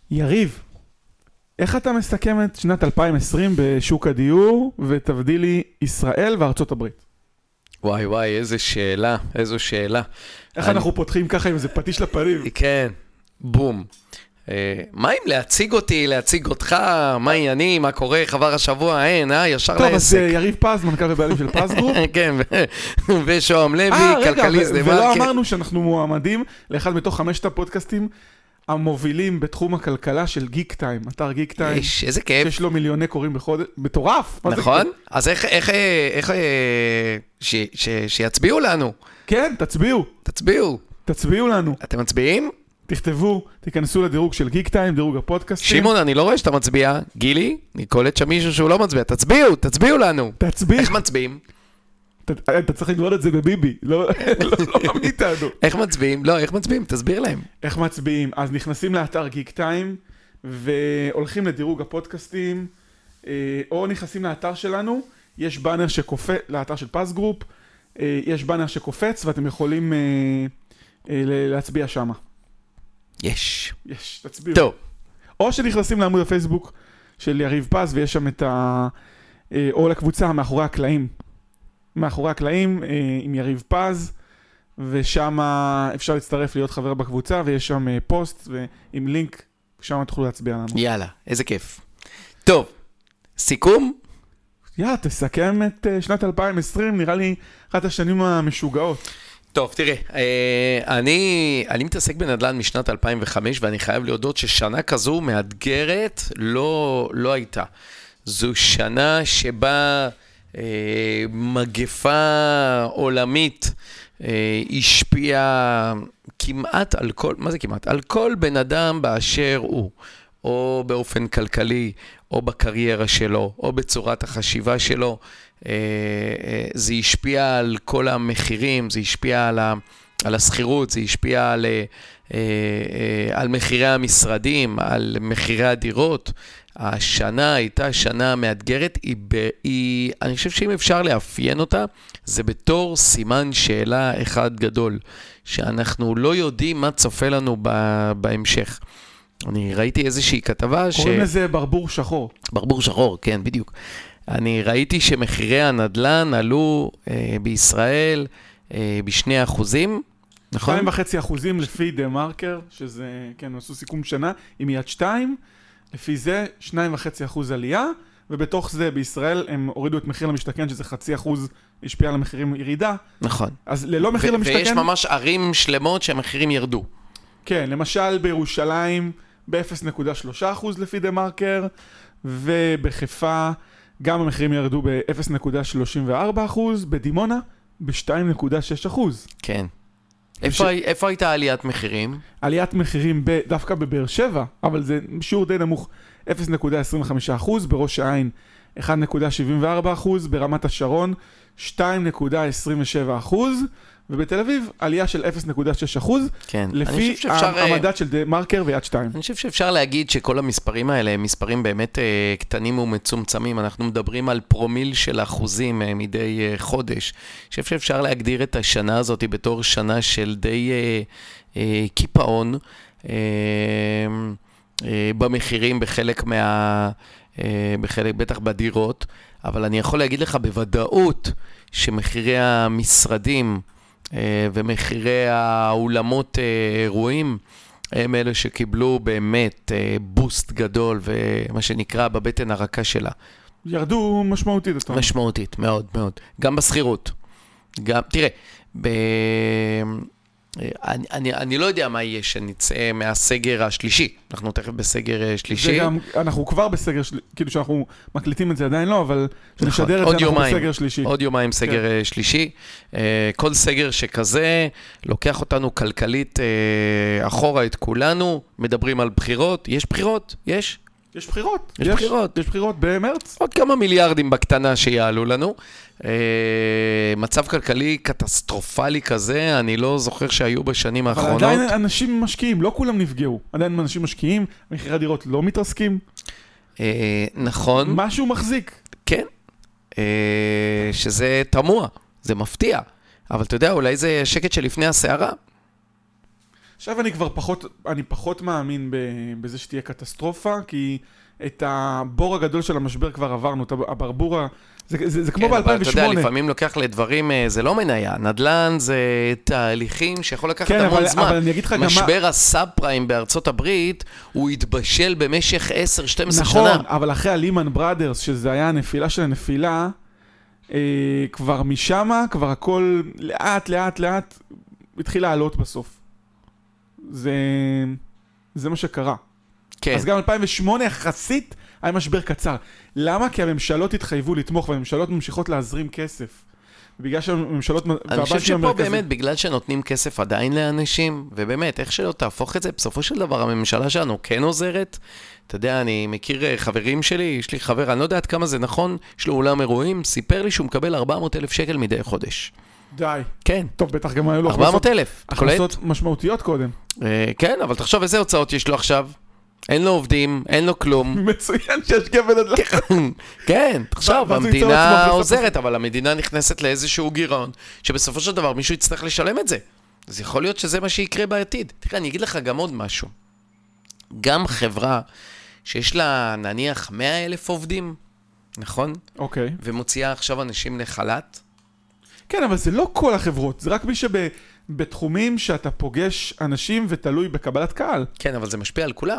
יריב, איך אתה מסכם את שנת 2020 בשוק הדיור ותבדילי ישראל וארצות הברית? וואי וואי, איזו שאלה, איזו שאלה. איך אנחנו פותחים ככה עם איזה פטיש לפנים? כן, בום. מה אם להציג אותי, להציג אותך, מה העניינים, מה קורה, חבר השבוע, ישר לעסק. טוב, אז יריב פז, מנכ"ל ובעלים של פז גרופ. כן, ושוהם לוי, כלכליסט. ולא אמרנו שאנחנו מועמדים לאחד מתוך 5 הפודקאסטים המובילים בתחום הכלכלה של גיק טיים, אתר גיק טיים. איזה כיף. שיש לו מיליוני קוראים בחודש, מטורף. נכון? אז איך, שיצביעו לנו. כן, תצביעו לנו. אתם מצביעים? תכתבו, תיכנסו לדירוג של גיק טיים, דירוג הפודקאסטים. שמעון, אני לא רואה שאתה מצביע. גילי, אני קולט שם מישהו שהוא לא מצביע. תצביעו לנו. איך מצביעים? אתה צריך לגרוד את זה בביבי, לא מאיתנו. איך מצביעים? לא, איך מצביעים? תסביר להם. איך מצביעים? אז נכנסים לאתר גיק טיים, והולכים לדירוג הפודקאסטים, או נכנסים לאתר שלנו, יש באנר שקופץ, לאתר של פז גרופ, יש באנר שקופץ, ואתם יכולים להצביע שמה. יש, תצביעו. טוב. או שנכנסים לעמוד הפייסבוק של יריב פז, ויש שם את או לקבוצה מאחורי הקלעים, עם יריב פז, ושם אפשר להצטרף להיות חבר בקבוצה, ויש שם פוסט עם לינק, שם תוכלו להצביע לנו. יאללה, איזה כיף. טוב, סיכום? יאללה, תסכם את שנת 2020, נראה לי אחת השנים המשוגעות. טוב, תראה, אני מתעסק בנדל"ן משנת 2005, ואני חייב להודות ששנה כזו מאתגרת לא הייתה. זו שנה שבה מגפה עולמית השפיעה כמעט על כל, מה זה כמעט? על כל בן אדם באשר הוא, או באופן כלכלי, או בקריירה שלו, או בצורת החשיבה שלו. זה השפיע על כל המחירים, זה השפיע על הסחירות, זה השפיע על מחירי המשרדים, על מחירי הדירות. השנה הייתה שנה מאתגרת, אני חושב שאם אפשר לאפיין אותה, זה בתור סימן שאלה אחד גדול, שאנחנו לא יודעים מה צופה לנו בהמשך. אני ראיתי איזושהי כתבה קוראים לזה ברבור שחור. ברבור שחור, כן, בדיוק. אני ראיתי שמחירי הנדל"ן עלו בישראל ב2%, נכון? 2.5% לפי דה מרקר, שזה, כן, עשו סיכום שנה, עם יד 2, לפי זה 2.5% עלייה, ובתוך זה בישראל הם הורידו את מחיר למשתכן, שזה 0.5% השפיע על המחירים ירידה. נכון. אז ללא מחיר למשתכן... ויש ממש ערים שלמות שהמחירים ירדו. כן, למשל בירושלים ב-0.3% לפי דה מרקר, ובחיפה גם המחירים ירדו ב-0.34%, בדימונה ב-2.6%. כן. איפה הייתה עליית מחירים? עליית מחירים דווקא בבאר שבע, אבל זה שיעור די נמוך, 0.25%, בראש העין 1.74%, ברמת השרון 2.27%, ובתל אביב עלייה של 0.6%, כן. לפי המדד של דה מרקר ויד 2. אני חושב שאפשר להגיד שכל המספרים האלה הם מספרים באמת קטנים ומצומצמים. אנחנו מדברים על פרומיל של אחוזים מדי חודש. אני חושב שאפשר להגדיר את השנה הזאת בתור שנה של די קיפאון במחירים בחלק בטח בדירות, אבל אני יכול להגיד לך בוודאות שמחירי המשרדים ומחירי האולמות אירועים הם אלה שקיבלו באמת בוסט גדול ומה שנקרא בבטן הרכה שלה. ירדו משמעותית. משמעותית, מאוד מאוד. גם בסחירות. תראה, אני לא יודע מה יהיה שנצא מהסגר השלישי. אנחנו תכף בסגר שלישי. זה גם, אנחנו כבר בסגר, כאילו שאנחנו מקליטים את זה עדיין לא, אבל שנשדר את זה אנחנו בסגר שלישי. עוד יומיים סגר שלישי. כל סגר שכזה לוקח אותנו כלכלית אחורה את כולנו. מדברים על בחירות. יש בחירות? יש? יש בחירות. יש בחירות במרץ. עוד כמה מיליארדים בקטנה שיעלו לנו. מצב כלכלי קטסטרופלי כזה, אני לא זוכר שהיו בשנים האחרונות. אבל עדיין אנשים משקיעים, לא כולם נפגעו. עדיין אנשים משקיעים, מחירי הדירות לא מתרסקים. נכון. משהו מחזיק. כן. שזה תמוה, זה מפתיע. אבל אתה יודע, אולי זה שקט שלפני הסערה. עכשיו אני פחות מאמין בזה שתהיה קטסטרופה, כי את הבור הגדול של המשבר כבר עברנו, את הברבור, זה כמו ב-2008. אתה יודע, לפעמים לוקח לדברים, זה לא מניה, נדל"ן זה תהליכים שיכול לקחת המון זמן. אבל אני אגיד לך גם מה... משבר הסאב פריים בארצות הברית, הוא התבשל במשך 10-12 שנה. נכון, אבל אחרי הלימן בראדרס, שזה היה הנפילה של הנפילה, כבר משם, כבר הכל לאט התחיל לעלות בסוף. זה מה שקרה. כן. אז גם 2008 יחסית היה משבר קצר. למה? כי הממשלות התחייבו לתמוך, והממשלות ממשיכות להזרים כסף. בגלל שהממשלות... אני חושב שפה באמת, בגלל שנותנים כסף עדיין לאנשים, ובאמת, איך שלא תהפוך את זה, בסופו של דבר הממשלה שלנו כן עוזרת. אתה יודע, אני מכיר חברים שלי, יש לי חבר, אני לא יודע עד כמה זה נכון, יש לו אולם אירועים, סיפר לי שהוא מקבל 400,000 שקל מדי חודש. די. כן. טוב, בטח גם היו לו 400,000. הכנסות משמעותיות קודם. כן, אבל תחשוב איזה הוצאות יש לו עכשיו. אין לו עובדים, אין לו כלום. מצוין שישקיע בנדל"ן. כן, תחשוב, המדינה עוזרת, אבל המדינה נכנסת לאיזשהו גירעון, שבסופו של דבר מישהו יצטרך לשלם את זה. אז יכול להיות שזה מה שיקרה בעתיד. תראה, אני אגיד לך גם עוד משהו. גם חברה שיש לה נניח 100,000 עובדים, נכון? אוקיי. ומוציאה עכשיו אנשים לחל"ת. כן, אבל זה לא כל החברות, זה רק מי שבתחומים שאתה פוגש אנשים ותלוי בקבלת קהל. כן, אבל זה משפיע על כולם.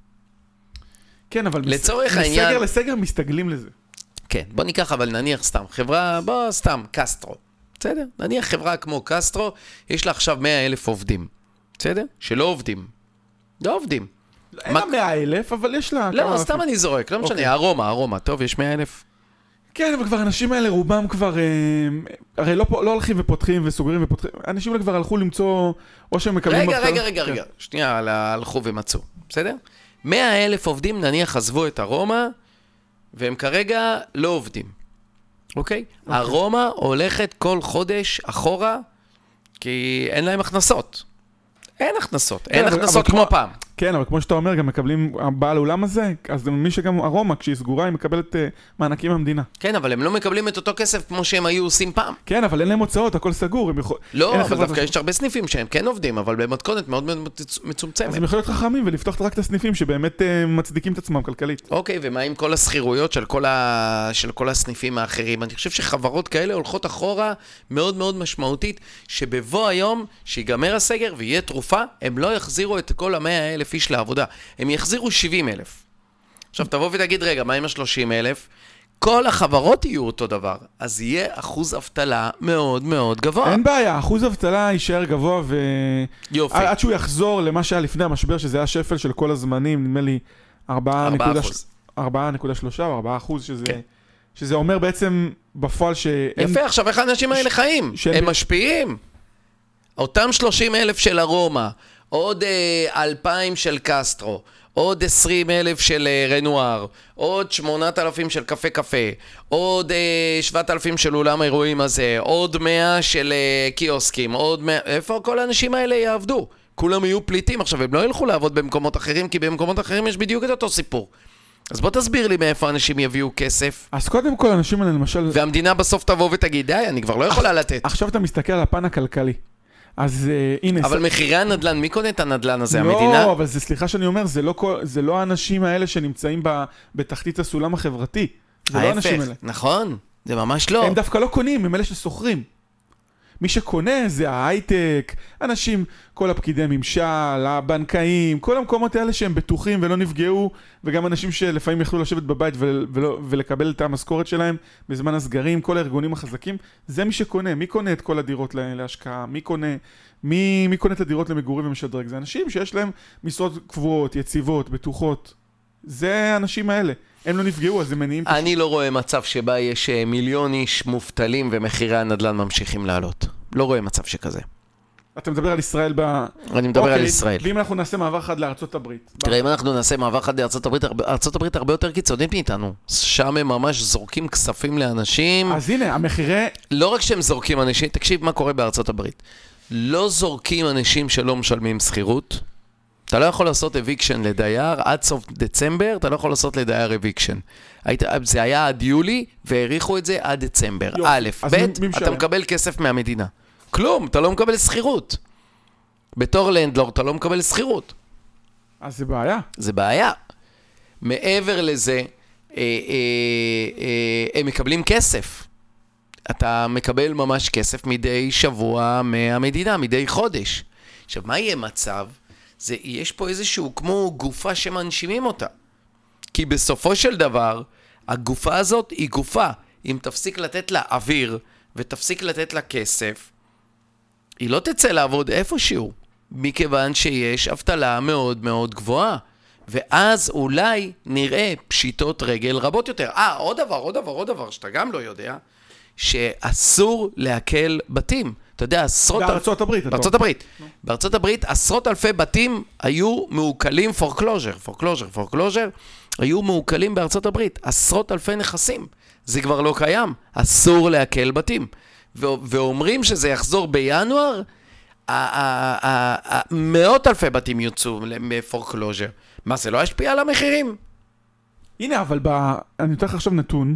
כן, אבל לצורך העניין... מסגר לסגר מסתגלים לזה. כן, בוא ניקח אבל נניח סתם, חברה, סתם, קסטרו. בסדר? נניח חברה כמו קסטרו, יש לה עכשיו 100,000 עובדים. בסדר? שלא עובדים. לא עובדים. אין לה 100,000, אבל יש לה... לא, סתם אני זורק, לא משנה, ארומה, טוב, יש 100,000. כן, אבל כבר האנשים האלה, רובם כבר... הרי לא הולכים ופותחים וסוגרים ופותחים. האנשים האלה כבר הלכו למצוא... או שהם מקבלים... רגע. שנייה, הלכו ומצאו. בסדר? 100,000 עובדים, נניח, עזבו את ארומה, והם כרגע לא עובדים. אוקיי? ארומה הולכת כל חודש אחורה, כי אין להם הכנסות. אין הכנסות כמו פעם. כן, אבל כמו שאתה אומר, גם מקבלים בעל העולם הזה, אז מי שגם ארומה, כשהיא סגורה, היא מקבלת מענקים מהמדינה. כן, אבל הם לא מקבלים את אותו כסף כמו שהם היו עושים פעם. כן, אבל אין להם הוצאות, הכל סגור. לא, אבל דווקא יש הרבה סניפים שהם כן עובדים, אבל במתכונת מאוד מצומצמת. אז הם יכולים להיות חכמים ולפתוח רק את הסניפים שבאמת מצדיקים את עצמם כלכלית. אוקיי, ומה עם כל הסחירויות של כל הסניפים האחרים? אני חושב שחברות כאלה הולכות אחורה מאוד מאוד משמעותית, שבבוא היום, שיגמר הסגר ויהיה תרופה, הם לא יחזירו את כל 100,000 איש לעבודה. הם יחזירו 70,000. עכשיו תבוא ותגיד, רגע, מה עם 30,000? כל החברות יהיו אותו דבר. אז יהיה אחוז אבטלה מאוד מאוד גבוה. אין בעיה, אחוז אבטלה יישאר גבוה יופי. עד שהוא יחזור למה שהיה לפני המשבר, שזה היה שפל של כל הזמנים, נדמה לי 4.3 או 4%, שזה אומר בעצם בפועל יפה, עכשיו איך האנשים האלה חיים? הם משפיעים. אותם 30,000 של ארומה, עוד 2,000 של קסטרו, עוד 20,000 של רנואר, עוד 8,000 של קפה, עוד 7,000 של אולם האירועים הזה, עוד 100 של קיוסקים, עוד 100... איפה כל האנשים האלה יעבדו? כולם יהיו פליטים. עכשיו, הם לא ילכו לעבוד במקומות אחרים, כי במקומות אחרים יש בדיוק את אותו סיפור. אז בוא תסביר לי מאיפה אנשים יביאו כסף. אז קודם כל אנשים האלה למשל... והמדינה בסוף תבוא ותגיד, די, אני כבר לא יכולה לתת. עכשיו אתה מסתכל על הפן הכלכלי. אז הנה... אבל מחירי הנדלן, מי קונה את הנדלן הזה? המדינה? לא, אבל סליחה שאני אומר, זה לא האנשים האלה שנמצאים בתחתית הסולם החברתי. זה לא האנשים האלה. נכון, זה ממש לא. הם דווקא לא קונים, הם אלה שסוחרים. מי שקונה זה ההייטק, אנשים, כל הפקידי ממשל, הבנקאים, כל המקומות האלה שהם בטוחים ולא נפגעו, וגם אנשים שלפעמים יכלו לשבת בבית ולקבל את המשכורת שלהם בזמן הסגרים, כל הארגונים החזקים, זה מי שקונה. מי קונה את כל הדירות להשקעה? מי קונה את הדירות למגורים ומשדרג? זה אנשים שיש להם משרות קבועות, יציבות, בטוחות. זה האנשים האלה. הם לא נפגעו, אז הם מניעים... אני לא רואה מצב שבה יש מיליון איש מובטלים ומחירי הנדל"ן ממשיכים לעלות. לא רואה מצב שכזה. אתה מדבר על ישראל אני מדבר על ישראל. ואם אנחנו נעשה מעבר אחד לארצות הברית? תראה, אם אנחנו נעשה מעבר אחד לארצות הברית, ארצות הברית הרבה יותר קיצונית מאיתנו. שם הם ממש זורקים כספים לאנשים. אז הנה, המחירי... לא רק שהם זורקים אנשים, תקשיב מה קורה בארצות הברית. לא זורקים אנשים שלא משלמים שכירות. אתה לא יכול לעשות אביקשן לדייר עד סוף דצמבר, אתה לא יכול לעשות לדייר אביקשן. זה היה עד יולי, והעריכו את זה עד דצמבר. א', ב', אתה מקבל כסף מהמדינה. כלום, אתה לא מקבל שכירות. בתור לנדלורד אתה לא מקבל שכירות. אז זה בעיה. זה בעיה. מעבר לזה, הם מקבלים כסף. אתה מקבל ממש כסף מדי שבוע מהמדינה, מדי חודש. עכשיו, מה יהיה מצב? יש פה איזשהו כמו גופה שמנשימים אותה. כי בסופו של דבר, הגופה הזאת היא גופה. אם תפסיק לתת לה אוויר ותפסיק לתת לה כסף, היא לא תצא לעבוד איפשהו, מכיוון שיש אבטלה מאוד מאוד גבוהה. ואז אולי נראה פשיטות רגל רבות יותר. עוד דבר שאתה גם לא יודע, שאסור להקל בתים. אתה יודע, בארצות הברית. בארצות הברית עשרות אלפי בתים היו מעוקלים foreclosure, היו מעוקלים בארצות הברית, עשרות אלפי נכסים. זה כבר לא קיים, אסור להקל בתים. ואומרים שזה יחזור בינואר, מאות אלפי בתים יוצאו מפורקלוז'ר. מה, זה לא ישפיע על המחירים? הנה, אבל אני נותן לך עכשיו נתון,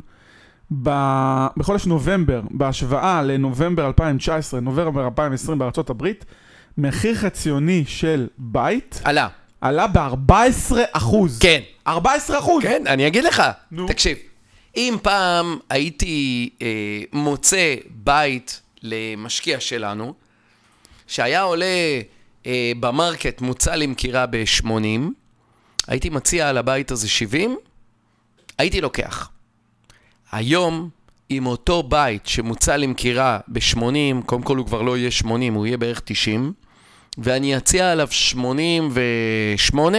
בחודש נובמבר, בהשוואה לנובמבר 2019, נובמבר 2020 בארצות הברית, מחיר חציוני של בית עלה ב-14%. כן. 14%? כן, אני אגיד לך. תקשיב, אם פעם הייתי מוצא בית למשקיע שלנו, שהיה עולה במרקט מוצא למכירה ב-80, הייתי מציע על הבית הזה 70, הייתי לוקח. היום, עם אותו בית שמוצא למכירה ב-80, קודם כל הוא כבר לא יהיה 80, הוא יהיה בערך 90, ואני אציע עליו 88,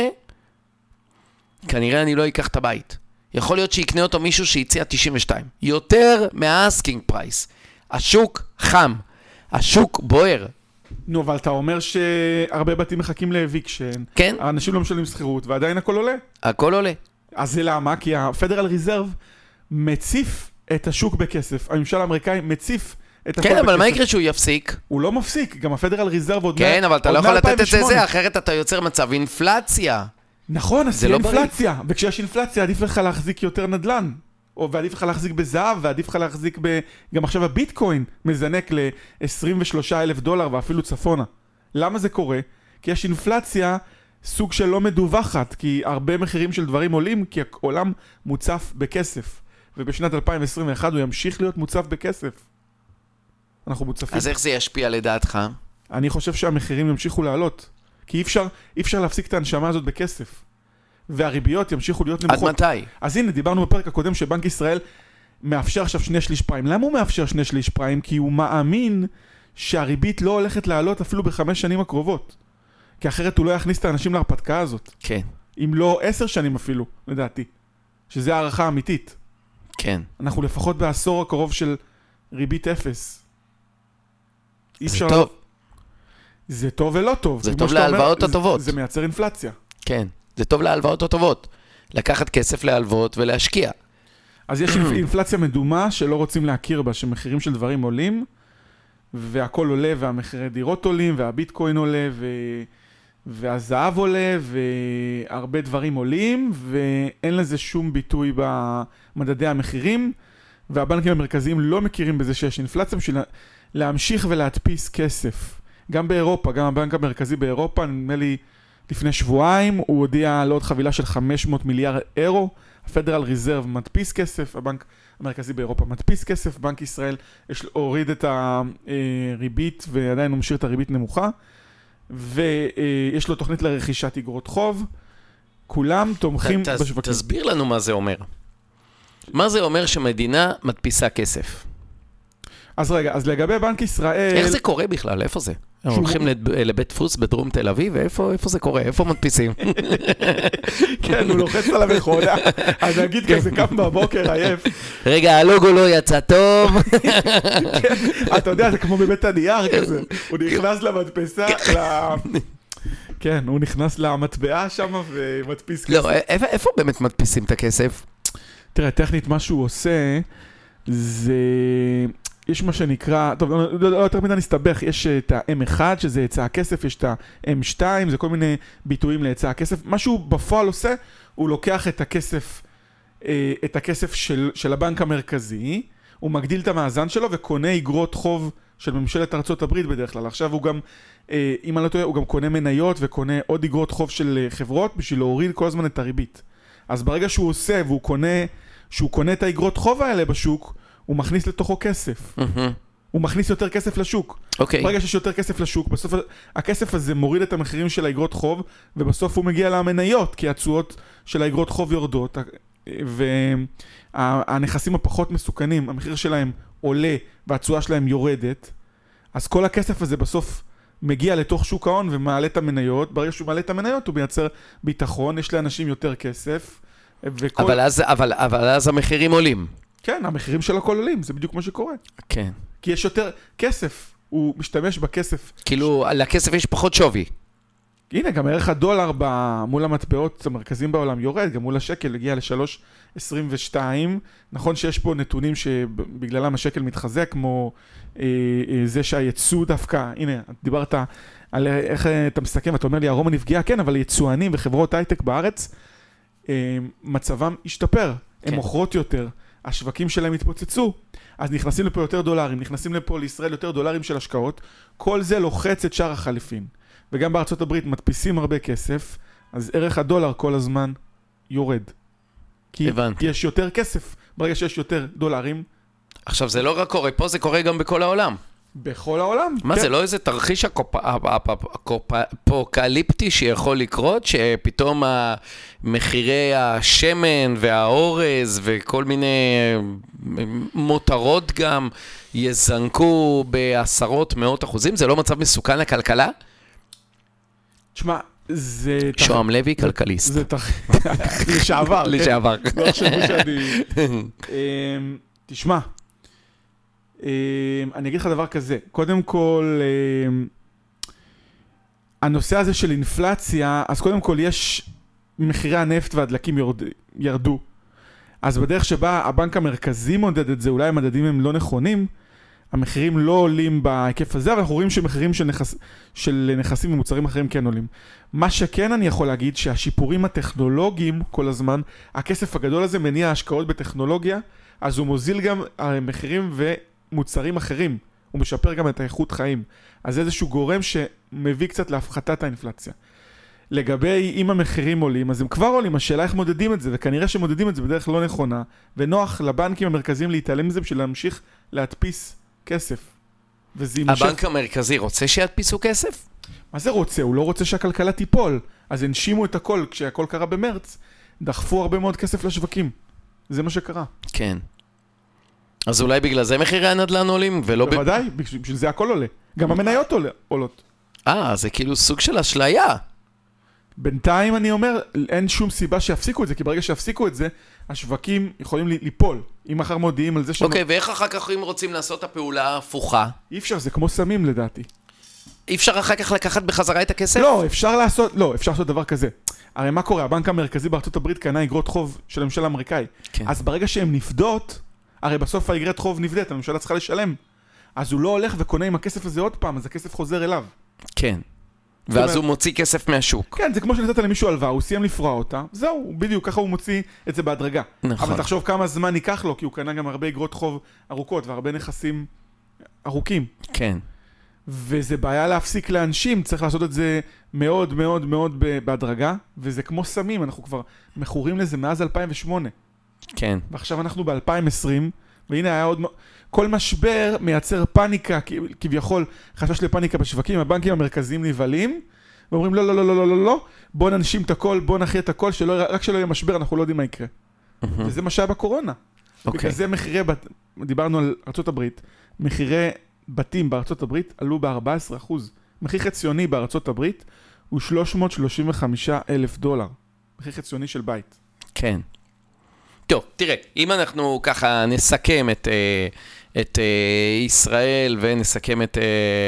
כנראה אני לא אקח את הבית. יכול להיות שיקנה אותו מישהו שיציע 92. יותר מהאסקינג פרייס. השוק חם. השוק בוער. נו, אבל אתה אומר שהרבה בתים מחכים לאביקשן. כן. האנשים לא משלמים שכירות, ועדיין הכל עולה. הכל עולה. אז זה למה? כי הפדרל ריזרב מציף את השוק בכסף. הממשל האמריקאי מציף את הכל בכסף. כן, אבל מה יקרה שהוא יפסיק? הוא לא מפסיק. גם הפדרל ריזרב עוד כן, אבל אתה לא יכול לתת את זה, אחרת אתה יוצר מצב אינפלציה. נכון, אז זה לא אינפלציה. וכשיש אינפלציה, עדיף לך להחזיק יותר נדל"ן. ועדיף לך להחזיק בזהב, ועדיף לך להחזיק גם עכשיו הביטקוין מזנק $23,000 ואפילו צפונה. למה זה קורה? כי יש אינפלציה סוג של לא מדווחת, כי הרבה מחירים של דברים עולים, כי העולם מוצף בכסף. ובשנת 2021 הוא ימשיך להיות מוצף בכסף. אנחנו מוצפים. אז איך זה ישפיע לדעתך? אני חושב שהמחירים ימשיכו לעלות. כי אי אפשר להפסיק את ההנשמה הזאת בכסף. והריביות ימשיכו להיות נמוכות. עד מתי? אז הנה, דיברנו בפרק הקודם שבנק ישראל מאפשר עכשיו 2/3 פריים. למה הוא מאפשר 2/3 פריים? כי הוא מאמין שהריבית לא הולכת לעלות אפילו ב5 שנים הקרובות. כי אחרת הוא לא יכניס את האנשים להרפתקה הזאת. כן. אם לא 10 שנים אפילו, לדעתי. שזה הערכה אמיתית. כן. אנחנו לפחות בעשור הקרוב של ריבית 0. זה טוב. זה טוב ולא טוב. זה טוב להלוואות הטובות. זה מייצר אינפלציה. כן. זה טוב להלוואות הטובות. לקחת כסף להלוואות ולהשקיע. אז יש אינפלציה מדומה שלא רוצים להכיר בה, שמחירים של דברים עולים, והכל עולה, והמחירי דירות עולים, והביטקוין עולה, והזהב עולה, והרבה דברים עולים, ואין לזה שום ביטוי במדדי המחירים, והבנקים המרכזיים לא מכירים בזה שיש אינפלציה, בשביל להמשיך ולהדפיס כסף. גם באירופה, גם הבנק המרכזי באירופה, נדמה לי לפני שבועיים, הוא הודיע על עוד חבילה של 500 מיליארד אירו, הפדרל ריזרב מדפיס כסף, הבנק המרכזי באירופה מדפיס כסף, בנק ישראל הוריד את הריבית ועדיין הוא משאיר את הריבית נמוכה, ויש לו תוכנית לרכישת אגרות חוב, כולם תומכים בשווקים. תסביר לנו מה זה אומר. מה זה אומר שמדינה מדפיסה כסף? אז רגע, אז לגבי בנק ישראל... איך זה קורה בכלל? איפה זה? הולכים לבית דפוס בדרום תל אביב, ואיפה זה קורה? איפה מדפיסים? כן, הוא לוחץ על המכונה, אז נגיד כזה קם בבוקר עייף. רגע, הלוגו לא יצא טוב. אתה יודע, זה כמו בבית הנייר כזה. הוא נכנס למדפסה, כן, הוא נכנס למטבעה שם ומדפיס כסף. לא, איפה באמת מדפיסים את הכסף? תראה, טכנית מה שהוא עושה, זה... יש מה שנקרא, טוב, לא יותר מדי נסתבך, יש את ה-M1 שזה היצע הכסף, יש את ה-M2, זה כל מיני ביטויים להיצע הכסף. מה שהוא בפועל עושה, הוא לוקח את הכסף של הבנק המרכזי, הוא מגדיל את המאזן שלו וקונה אגרות חוב של ממשלת ארצות הברית בדרך כלל. עכשיו הוא גם, אם אני לא טועה, הוא גם קונה מניות וקונה עוד אגרות חוב של חברות בשביל להוריד כל הזמן את הריבית. אז ברגע שהוא עושה שהוא קונה את האגרות חוב האלה בשוק, הוא מכניס לתוכו כסף. הוא מכניס יותר כסף לשוק. ברגע שיש יותר כסף לשוק, בסוף הכסף הזה מוריד את המחירים של האגרות חוב, ובסוף הוא מגיע למניות, כי התשואות של האגרות חוב יורדות, והנכסים הפחות מסוכנים, המחיר שלהם עולה, והתשואה שלהם יורדת, אז כל הכסף הזה בסוף מגיע לתוך שוק ההון ומעלה את המניות. ברגע שהוא מעלה את המניות, הוא מייצר ביטחון, יש לאנשים יותר כסף. אבל אז המחירים עולים. כן, המחירים של הכל עולים, זה בדיוק מה שקורה. כן. כי יש יותר כסף, הוא משתמש בכסף. כאילו, לכסף יש פחות שווי. הנה, גם ערך הדולר מול המטבעות המרכזיים בעולם יורד, גם מול השקל הגיע ל-3.22. נכון שיש פה נתונים שבגללם השקל מתחזק, כמו זה שהייצוא דווקא, הנה, דיברת על איך אתה מסתכם, אתה אומר לי, ארומה נפגעה, כן, אבל יצואנים וחברות הייטק בארץ, מצבם השתפר, הם מוכרות יותר, השווקים שלהם התפוצצו, אז נכנסים לפה יותר דולרים, נכנסים לפה לישראל יותר דולרים של השקעות, כל זה לוחץ את שער החליפין. וגם בארצות הברית מדפיסים הרבה כסף, אז ערך הדולר כל הזמן יורד. כי יש יותר כסף, ברגע שיש יותר דולרים. עכשיו זה לא רק קורה פה, זה קורה גם בכל העולם. בכל העולם. מה כן. זה לא איזה תרחיש אפוקליפטי שיכול לקרות, שפתאום מחירי השמן והאורז וכל מיני מותרות גם יזנקו בעשרות מאות אחוזים? זה לא מצב מסוכן לכלכלה? תשמע, זה... שועם לוי, כלכליסט. זה לשעבר. לשעבר. לא חשבו שאני... תשמע, אני אגיד לך דבר כזה. קודם כל, הנושא הזה של אינפלציה, אז קודם כל יש מחירי הנפט והדלקים ירדו. אז בדרך שבה הבנק המרכזי מודד את זה, אולי המדדים הם לא נכונים, המחירים לא עולים בהיקף הזה, אבל אנחנו רואים שמחירים של נכסים ומוצרים אחרים כן עולים. מה שכן אני יכול להגיד, שהשיפורים הטכנולוגיים כל הזמן, הכסף הגדול הזה מניע השקעות בטכנולוגיה, אז הוא מוזיל גם מחירים ומוצרים אחרים. הוא משפר גם את האיכות חיים. אז זה איזשהו גורם שמביא קצת להפחתת האינפלציה. לגבי אם המחירים עולים, אז הם כבר עולים, השאלה איך מודדים את זה, וכנראה שמודדים את זה בדרך לא נכונה, ונוח לבנקים המרכזיים להתעלם מזה בשביל להמשיך להדפיס כסף. הבנק המרכזי רוצה שידפיסו כסף? מה זה רוצה? הוא לא רוצה שהכלכלה תיפול. אז הנשימו את הכל, כשהכל קרה במרץ, דחפו הרבה מאוד כסף לשווקים. זה מה שקרה. כן. אז אולי בגלל זה מחירי הנדל"ן עולים, ולא... בוודאי, בשביל זה הכל עולה. גם המניות עולות. זה כאילו סוג של אשליה. בינתיים אני אומר, אין שום סיבה שיפסיקו את זה, כי ברגע שיפסיקו את זה, השווקים יכולים ליפול. אם מחר מודיעים על זה אוקיי, ואיך אחר כך אם רוצים לעשות את הפעולה ההפוכה? אי אפשר, זה כמו סמים לדעתי. אי אפשר אחר כך לקחת בחזרה את הכסף? לא, אפשר לעשות דבר כזה. הרי מה קורה? הבנק המרכזי בארצות הברית קנה אגרות חוב של הממשל האמריקאי. כן. אז ברגע שהן נפדות, הרי בסוף האגרת חוב נפדית, הממשלה צריכה לשלם. אז הוא לא הולך וקונה עם הכסף הזה עוד פעם, אז הכסף חוזר אליו. כן. ואז הוא מוציא כסף מהשוק. כן, זה כמו שנתת למישהו הלוואה, הוא סיים לפרוע אותה, זהו, בדיוק, ככה הוא מוציא את זה בהדרגה. נכון. אבל תחשוב כמה זמן ייקח לו, כי הוא קנה גם הרבה אגרות חוב ארוכות, והרבה נכסים ארוכים. כן. וזה בעיה להפסיק לאנשים, צריך לעשות את זה מאוד מאוד מאוד בהדרגה, וזה כמו סמים, אנחנו כבר מכורים לזה מאז 2008. כן. ועכשיו אנחנו ב-2020, והנה היה עוד... כל משבר מייצר פאניקה, כביכול חשש לפאניקה בשווקים, הבנקים המרכזיים נבלים, ואומרים לא, לא, לא, לא, לא, לא, בוא ננשים את הכל, בוא נחיה את הכל, רק שלא יהיה משבר, אנחנו לא יודעים מה יקרה. וזה מה שהיה בקורונה. בגלל זה מחירי, דיברנו על ארצות הברית, מחירי בתים בארצות הברית עלו ב-14%. מחיר חציוני בארצות הברית הוא $335,000. מחיר חציוני של בית. כן. טוב, תראה, אם אנחנו ככה נסכם את ישראל ונסכם את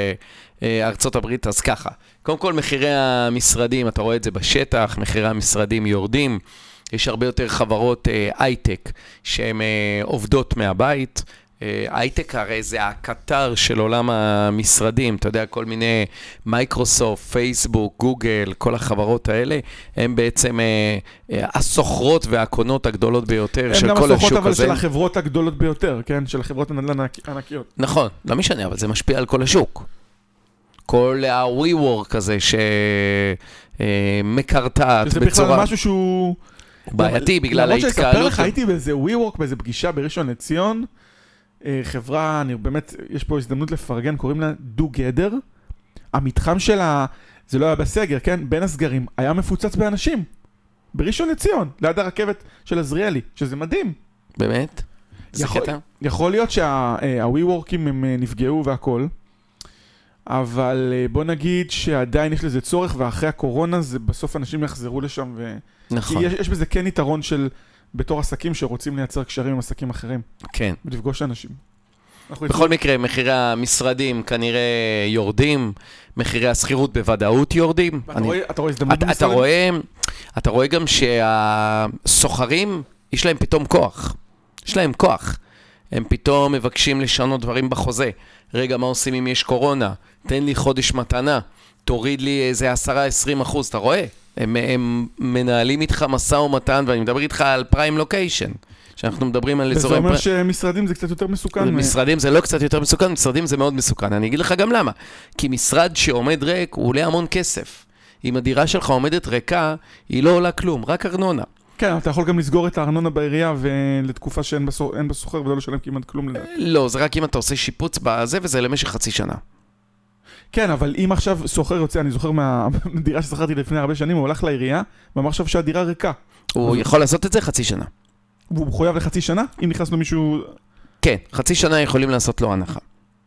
ארצות הברית, אז ככה. קודם כל, מחירי המשרדים, אתה רואה את זה בשטח, מחירי המשרדים יורדים, יש הרבה יותר חברות הייטק שהן עובדות מהבית, הייטק הרי זה הקטר של עולם המשרדים, אתה יודע, כל מיני מייקרוסופט, פייסבוק, גוגל, כל החברות האלה, הם בעצם הסוחרות והקונות הגדולות ביותר של כל השוק הזה. הם גם הסוחרות אבל של החברות הגדולות ביותר, כן? של החברות הנדל"ן הענקיות. נכון, לא משנה, אבל זה משפיע על כל השוק. כל ה-WeWork הזה שמקרטעת בצורה... שזה בכלל משהו שהוא... בעייתי בגלל ההתקהלות. למרות שספר לך, הייתי באיזה WeWork, באיזה פגישה בראשון לציון, חברה, אני באמת, יש פה הזדמנות לפרגן, קוראים לה Do-Gather. המתחם שלה, זה לא היה בסגר, כן? בין הסגרים, היה מפוצץ באנשים. בראשון לציון, ליד הרכבת של עזריאלי, שזה מדהים. באמת? יכול להיות שה-WeWork'ים הם נפגעו והכל, אבל בוא נגיד שעדיין יש לזה צורך, ואחרי הקורונה זה בסוף אנשים יחזרו לשם, נכון. יש בזה כן יתרון של בתור עסקים שרוצים לייצר קשרים עם עסקים אחרים. כן. ולפגוש אנשים. בכל מקרה, מחירי המשרדים כנראה יורדים, מחירי השכירות בוודאות יורדים. אתה רואה הזדמנות במשרדים? אתה רואה גם שהסוחרים, יש להם פתאום כוח. יש להם כוח. הם פתאום מבקשים לשנות דברים בחוזה. רגע, מה עושים אם יש קורונה? תן לי חודש מתנה. תוריד לי איזה 10-20%. אתה רואה? הם מנהלים איתך מסע ומתן, ואני מדבר איתך על פריים לוקיישן. שאנחנו מדברים על אזורים... זה אומר שמשרדים זה קצת יותר מסוכן. משרדים זה לא קצת יותר מסוכן, משרדים זה מאוד מסוכן. אני אגיד לך גם למה. כי משרד שעומד ריק, הוא עולה המון כסף. אם הדירה שלך עומדת ריקה, היא לא עולה כלום, רק ארנונה. כן, אתה יכול גם לסגור את הארנונה בעירייה, ולתקופה שאין בסוחר ולא לשלם כמעט כלום לדעת. לא, זה רק אם אתה עושה שיפוץ בזה, וזה למשך חצי שנה. כן, אבל אם עכשיו סוחר יוצא, אני זוכר מהדירה ששכרתי לפני הרבה שנים, הוא הולך לעירייה, ואמר עכשיו שהדירה ריקה. הוא יכול לעשות את זה חצי שנה. והוא מחויב לחצי שנה? אם נכנס לו מישהו... כן, חצי שנה יכולים לעשות לו הנחה.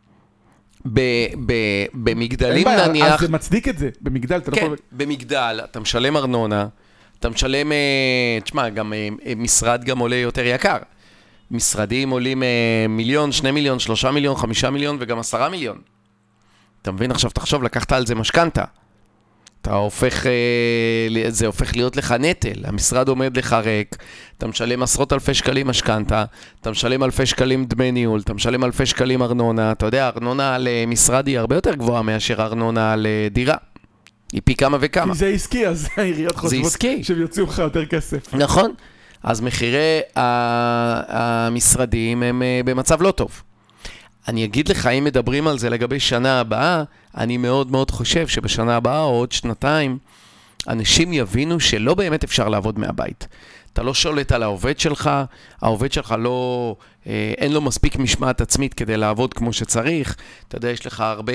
במגדלים נניח... אז זה מצדיק את זה, במגדל אתה לא יכול... כן, במגדל, אתה משלם ארנונה, אתה משלם... תשמע, גם משרד גם עולה יותר יקר. משרדים עולים 1,000,000, 2 מיליון, 3 מיליון, 5 מיליון וגם 10 מיליון. אתה מבין? עכשיו תחשוב, לקחת על זה משכנתה. אתה הופך, זה הופך להיות לך נטל. המשרד עומד לך ריק, אתה משלם עשרות אלפי שקלים משכנתה, אתה משלם אלפי שקלים דמי ניהול, אתה משלם אלפי שקלים ארנונה. אתה יודע, ארנונה על משרד היא הרבה יותר גבוהה מאשר ארנונה על דירה. היא פי כמה וכמה. כי זה עסקי, אז העיריות חושבות שהם יוציאו לך יותר כסף. נכון. אז מחירי המשרדים הם במצב לא טוב. אני אגיד לך, אם מדברים על זה לגבי שנה הבאה, אני מאוד מאוד חושב שבשנה הבאה או עוד שנתיים, אנשים יבינו שלא באמת אפשר לעבוד מהבית. אתה לא שולט על העובד שלך, העובד שלך לא, אין לו מספיק משמעת עצמית כדי לעבוד כמו שצריך. אתה יודע, יש לך הרבה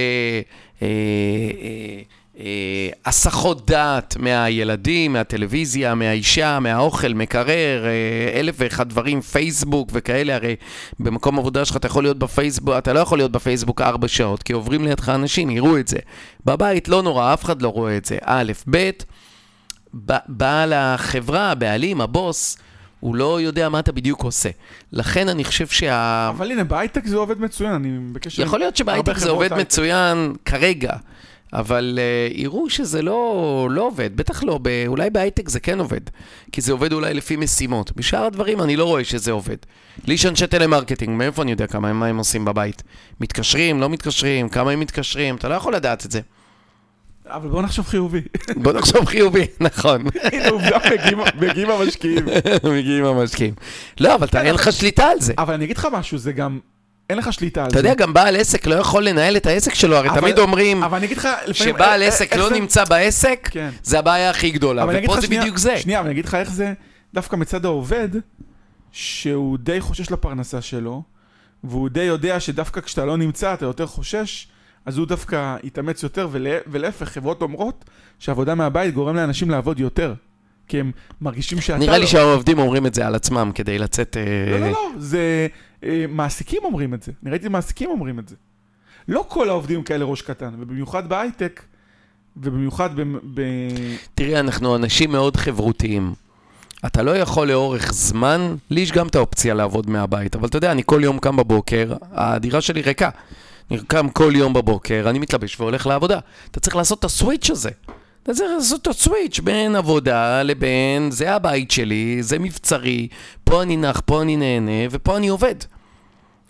הסחות דעת מהילדים, מהטלוויזיה, מהאישה, מהאוכל, מקרר, 1,001 דברים, פייסבוק וכאלה. הרי במקום עבודה שלך אתה יכול להיות בפייסבוק, אתה לא יכול להיות בפייסבוק 4 שעות, כי עוברים לידך אנשים, יראו את זה. בבית לא נורא, אף אחד לא רואה את זה. א', ב', בעל החברה, הבעלים, הבוס, הוא לא יודע מה אתה בדיוק עושה. לכן אני חושב אבל הנה, בהייטק זה עובד מצוין, אני בקשר... יכול להיות שבהייטק זה עובד מצוין כרגע. אבל יראו שזה לא עובד, בטח לא, אולי בהייטק זה כן עובד, כי זה עובד אולי לפי משימות. בשאר הדברים אני לא רואה שזה עובד. לי יש אנשי טלמרקטינג, מאיפה אני יודע מה הם עושים בבית? מתקשרים, לא מתקשרים, כמה הם מתקשרים, אתה לא יכול לדעת את זה. אבל בוא נחשוב חיובי. בוא נחשוב חיובי, נכון. הנה עובדה, מגיעים המשקיעים. מגיעים המשקיעים. לא, אבל אין לך שליטה על זה. אבל אני אגיד לך משהו, זה גם... אין לך שליטה על זה. אתה יודע, גם בעל עסק לא יכול לנהל את העסק שלו, הרי תמיד אומרים שבעל עסק לא נמצא בעסק, זה הבעיה הכי גדולה, ופה זה בדיוק זה. שנייה, אבל אני אגיד לך איך זה, דווקא מצד העובד, שהוא די חושש לפרנסה שלו, והוא די יודע שדווקא כשאתה לא נמצא, אתה יותר חושש, אז הוא דווקא יתאמץ יותר, ולהפך, חברות אומרות שהעבודה מהבית גורם לאנשים לעבוד יותר. כי הם מרגישים שאתה... נראה לי שהעובדים אומרים את זה על עצמם, כדי לצאת... לא, זה... מעסיקים אומרים את זה. אני ראיתי מעסיקים אומרים את זה. לא כל העובדים כאלה ראש קטן, ובמיוחד בהייטק, ובמיוחד תראה, אנחנו אנשים מאוד חברותיים. אתה לא יכול לאורך זמן, לי יש גם את האופציה לעבוד מהבית, אבל אתה יודע, אני כל יום קם בבוקר, הדירה שלי ריקה. אני קם כל יום בבוקר, אני מתלבש והולך לעבודה. אתה צריך לעשות את הסוויץ' הזה. אתה צריך לעשות את הסוויץ' בין עבודה לבין, זה הבית שלי, זה מבצרי, פה אני נח, פה אני נהנה, ופה אני עובד.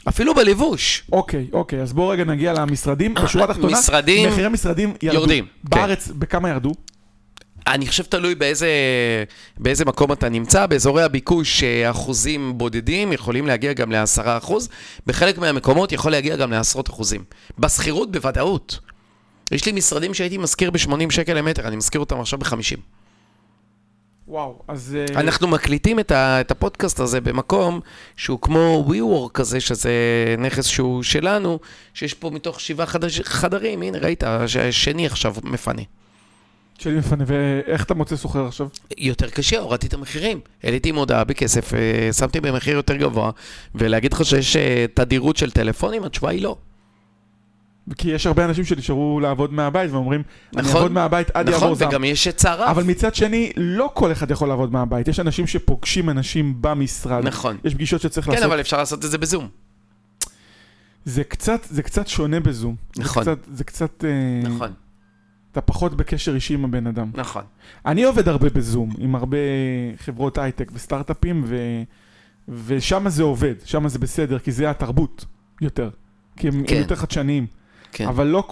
אפילו בלבוש. אוקיי, אז בואו רגע נגיע למשרדים. בשורה התחתונה, מחירי משרדים יורדים. בארץ, בכמה ירדו? אני חושב תלוי באיזה מקום אתה נמצא. באזורי הביקוש אחוזים בודדים יכולים להגיע גם ל10%. בחלק מהמקומות יכול להגיע גם לעשרות אחוזים. בסחירות בוודאות. יש לי משרדים שהייתי מזכיר ב-80 שקל למטר, אני מזכיר אותם עכשיו ב-50. וואו, אז... אנחנו מקליטים את הפודקאסט הזה במקום שהוא כמו WeWork כזה, שזה נכס שהוא שלנו, שיש פה מתוך 7 חדרים. הנה, ראית, השני עכשיו מפנה. שלי מפנה, ואיך אתה מוצא סוחר עכשיו? יותר קשה, הורדתי את המחירים. העליתי מודעה בכסף, שמתי במחיר יותר גבוה, ולהגיד לך שיש תדירות של טלפונים, התשובה היא לא. כי יש הרבה אנשים שנשארו לעבוד מהבית, ואומרים, אני אעבוד מהבית עד יעבור זעם. נכון, וגם יש היצע רב. אבל מצד שני, לא כל אחד יכול לעבוד מהבית. יש אנשים שפוגשים אנשים במשרד. נכון. יש פגישות שצריך לעשות. כן, אבל אפשר לעשות את זה בזום. זה קצת שונה בזום. נכון. זה קצת... נכון. אתה פחות בקשר אישי עם הבן אדם. נכון. אני עובד הרבה בזום, עם הרבה חברות הייטק וסטארט-אפים, ושם זה עובד, שם זה בסדר, כי זה התרבות יותר. כי הם יותר חדשניים. כן. אבל לא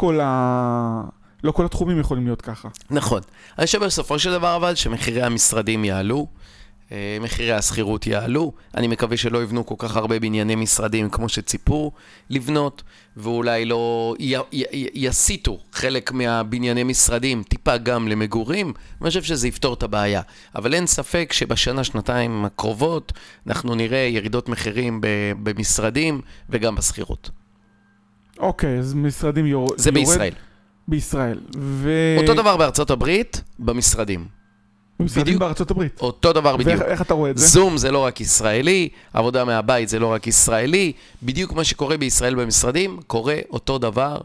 כל התחומים יכולים להיות ככה. נכון. אני חושב בסופו של דבר אבל שמחירי המשרדים יעלו, מחירי הסחירות יעלו, אני מקווה שלא יבנו כל כך הרבה בנייני משרדים כמו שציפו לבנות, ואולי לא יסיטו חלק מהבנייני משרדים טיפה גם למגורים, אני חושב שזה יפתור את הבעיה. אבל אין ספק שבשנה, שנתיים הקרובות, אנחנו נראה ירידות מחירים במשרדים וגם בסחירות. אוקיי, אז משרדים יורד. זה בישראל. בישראל. אותו דבר בארצות הברית, במשרדים. במשרדים בארצות הברית. אותו דבר בדיוק. ואיך אתה רואה את זה? זום זה לא רק ישראלי, עבודה מהבית זה לא רק ישראלי, בדיוק מה שקורה בישראל במשרדים, קורה אותו דבר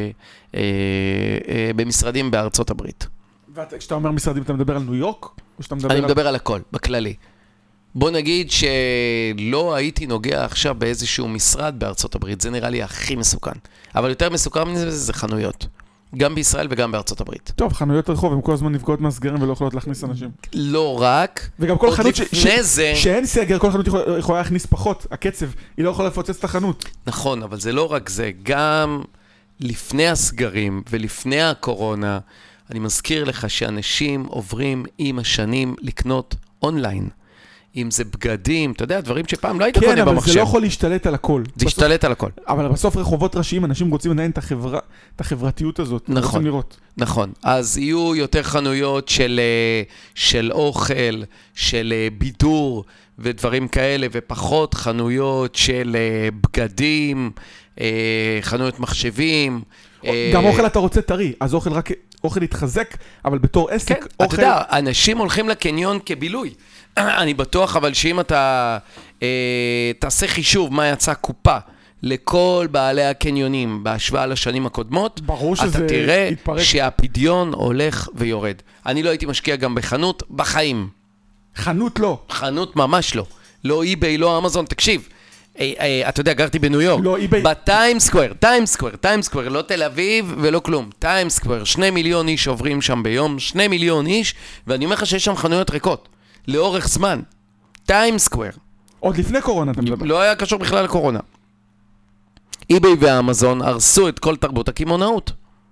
במשרדים בארצות הברית. וכשאתה אומר משרדים, אתה מדבר על ניו יורק? אני מדבר על הכל, בכללי. בוא נגיד שלא הייתי נוגע עכשיו באיזשהו משרד בארצות הברית, זה נראה לי הכי מסוכן. אבל יותר מסוכן מזה זה חנויות. גם בישראל וגם בארצות הברית. טוב, חנויות רחוב, הן כל הזמן נפגעות מהסגרים ולא יכולות להכניס אנשים. לא רק. וגם כל חנות זה... שאין סגר, כל חנות יכולה להכניס פחות, הקצב, היא לא יכולה לפוצץ את החנות. נכון, אבל זה לא רק זה, גם לפני הסגרים ולפני הקורונה, אני מזכיר לך שאנשים עוברים עם השנים לקנות אונליין. אם זה בגדים, אתה יודע, דברים שפעם לא היית קונה במחשב. כן, אבל זה לא יכול להשתלט על הכל. זה ישתלט על הכל. אבל בסוף רחובות ראשיים, אנשים רוצים עדיין את החברתיות הזאת. נכון, נכון. אז יהיו יותר חנויות של אוכל, של בידור ודברים כאלה, ופחות חנויות של בגדים, חנויות מחשבים. גם אוכל אתה רוצה טרי, אז אוכל יתחזק, אבל בתור עסק, כן, אתה יודע, אנשים הולכים לקניון כבילוי. אני בטוח, אבל שאם אתה תעשה חישוב מה יצא קופה לכל בעלי הקניונים בהשוואה לשנים הקודמות, אתה תראה שהפדיון הולך ויורד. אני לא הייתי משקיע גם בחנות בחיים. חנות לא. חנות ממש לא. לא eBay, לא אמזון, תקשיב. אתה יודע, גרתי בניו יורק. לא eBay. טיים סקוואר, לא תל אביב ולא כלום. טיים סקוואר, 2 מיליון איש עוברים שם ביום, 2 מיליון איש, ואני אומר לך שיש שם חנויות ריקות. לאורך זמן. טיים סקוואר. עוד לפני קורונה אתה מדבר. לא היה קשור בכלל לקורונה. eBay ואמזון הרסו את כל תרבות הקמעונאות.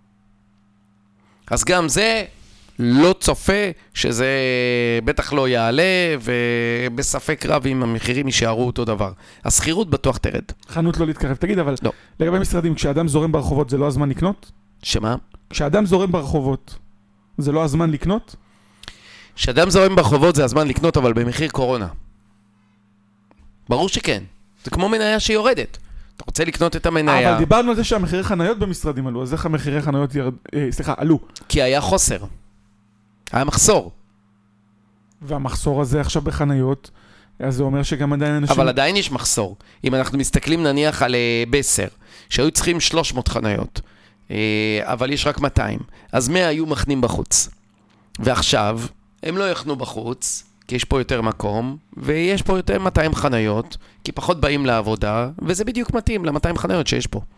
אז גם זה לא צופה שזה בטח לא יעלה, ובספק רב אם המחירים יישארו אותו דבר. הסחירות בטוח תרד. חנות לא להתקרב. תגיד, אבל לא. לגבי משרדים, כשאדם זורם ברחובות זה לא הזמן לקנות? שמה? כשאדם זורם ברחובות זה לא הזמן לקנות? כשאדם זורם ברחובות זה הזמן לקנות, אבל במחיר קורונה. ברור שכן. זה כמו מניה שיורדת. אתה רוצה לקנות את המניה. אבל דיברנו על זה שהמחירי חניות במשרדים עלו, אז איך המחירי חניות עלו? כי היה חוסר. היה מחסור. והמחסור הזה עכשיו בחניות, אז זה אומר שגם עדיין אנשים... אבל עדיין יש מחסור. אם אנחנו מסתכלים נניח על בסר, שהיו צריכים 300 חניות, אבל יש רק 200, אז 100 היו מכנים בחוץ. ועכשיו, הם לא יחנו בחוץ, כי יש פה יותר מקום, ויש פה יותר 200 חניות, כי פחות באים לעבודה, וזה בדיוק מתאים ל-200 חניות שיש פה.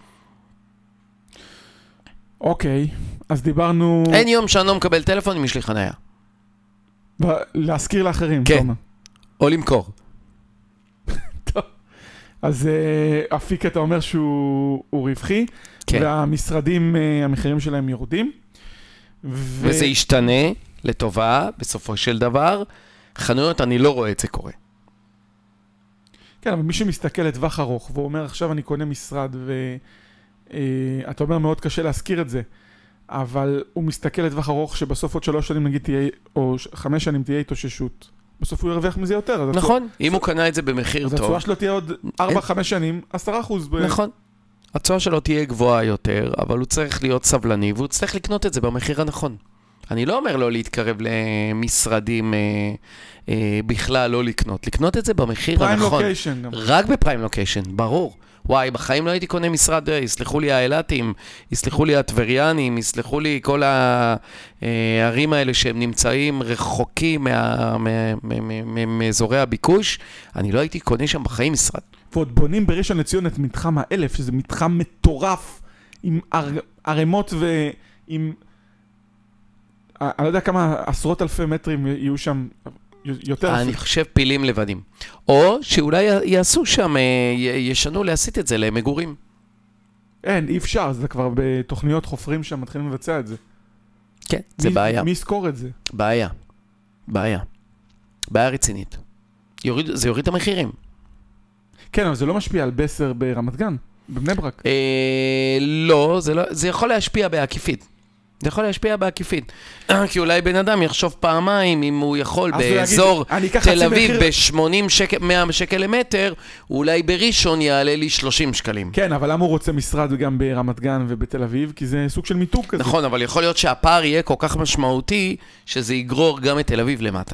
אוקיי, אז דיברנו... אין יום שאני לא מקבל טלפון אם יש לי חניה. להזכיר לאחרים. כן, או למכור. טוב. אז אפיק אתה אומר שהוא רווחי, כן. והמשרדים, המחירים שלהם יורדים. וזה ישתנה לטובה, בסופו של דבר. חנויות, אני לא רואה את זה קורה. כן, אבל מי שמסתכל לטווח ארוך, והוא אומר, עכשיו אני קונה משרד, ואתה אומר, מאוד קשה להזכיר את זה, אבל הוא מסתכל לטווח ארוך, שבסוף עוד 3 שנים, נגיד, או 5 שנים תהיה התאוששות. בסוף הוא ירוויח מזה יותר. נכון, אם הוא קנה את זה במחיר טוב. אז התשואה שלו תהיה עוד 4-5 שנים, 10%. נכון. התשואה שלו תהיה גבוהה יותר, אבל הוא צריך להיות סבלני, והוא צריך לקנות את זה במחיר הנכון. אני לא אומר לו להתקרב למשרדים בכלל, לא לקנות. לקנות את זה במחיר הנכון. פריים לוקיישן. רק בפריים לוקיישן, ברור. וואי, בחיים לא הייתי קונה משרד, יסלחו לי האלתים, יסלחו לי הטבריאנים, יסלחו לי כל הערים האלה שהם נמצאים רחוקים מאזורי הביקוש, אני לא הייתי קונה שם בחיים משרד. ועוד בונים בראשון לציון את מתחם ה-1000, שזה מתחם מטורף, עם ערימות ועם... אני לא יודע כמה עשרות אלפי מטרים יהיו שם יותר. אני חושב פילים לבדים. או שאולי יעשו שם, ישנו להסיט את זה למגורים. אין, אי אפשר, זה כבר בתוכניות חופרים שם, מתחילים לבצע את זה. כן, זה בעיה. מי יזכור את זה? בעיה. בעיה רצינית. זה יוריד את המחירים. כן, אבל זה לא משפיע על בסר ברמת גן, בבני ברק. לא, זה יכול להשפיע בעקיפית. זה יכול להשפיע בעקיפית. כי אולי בן אדם יחשוב פעמיים, אם הוא יכול באזור תל אביב ב-80 שקל, 100 שקל למטר, אולי בראשון יעלה לי 30 שקלים. כן, אבל למה הוא רוצה משרד גם ברמת גן ובתל אביב? כי זה סוג של מיתוג כזה. נכון, אבל יכול להיות שהפער יהיה כל כך משמעותי, שזה יגרור גם את תל אביב למטה.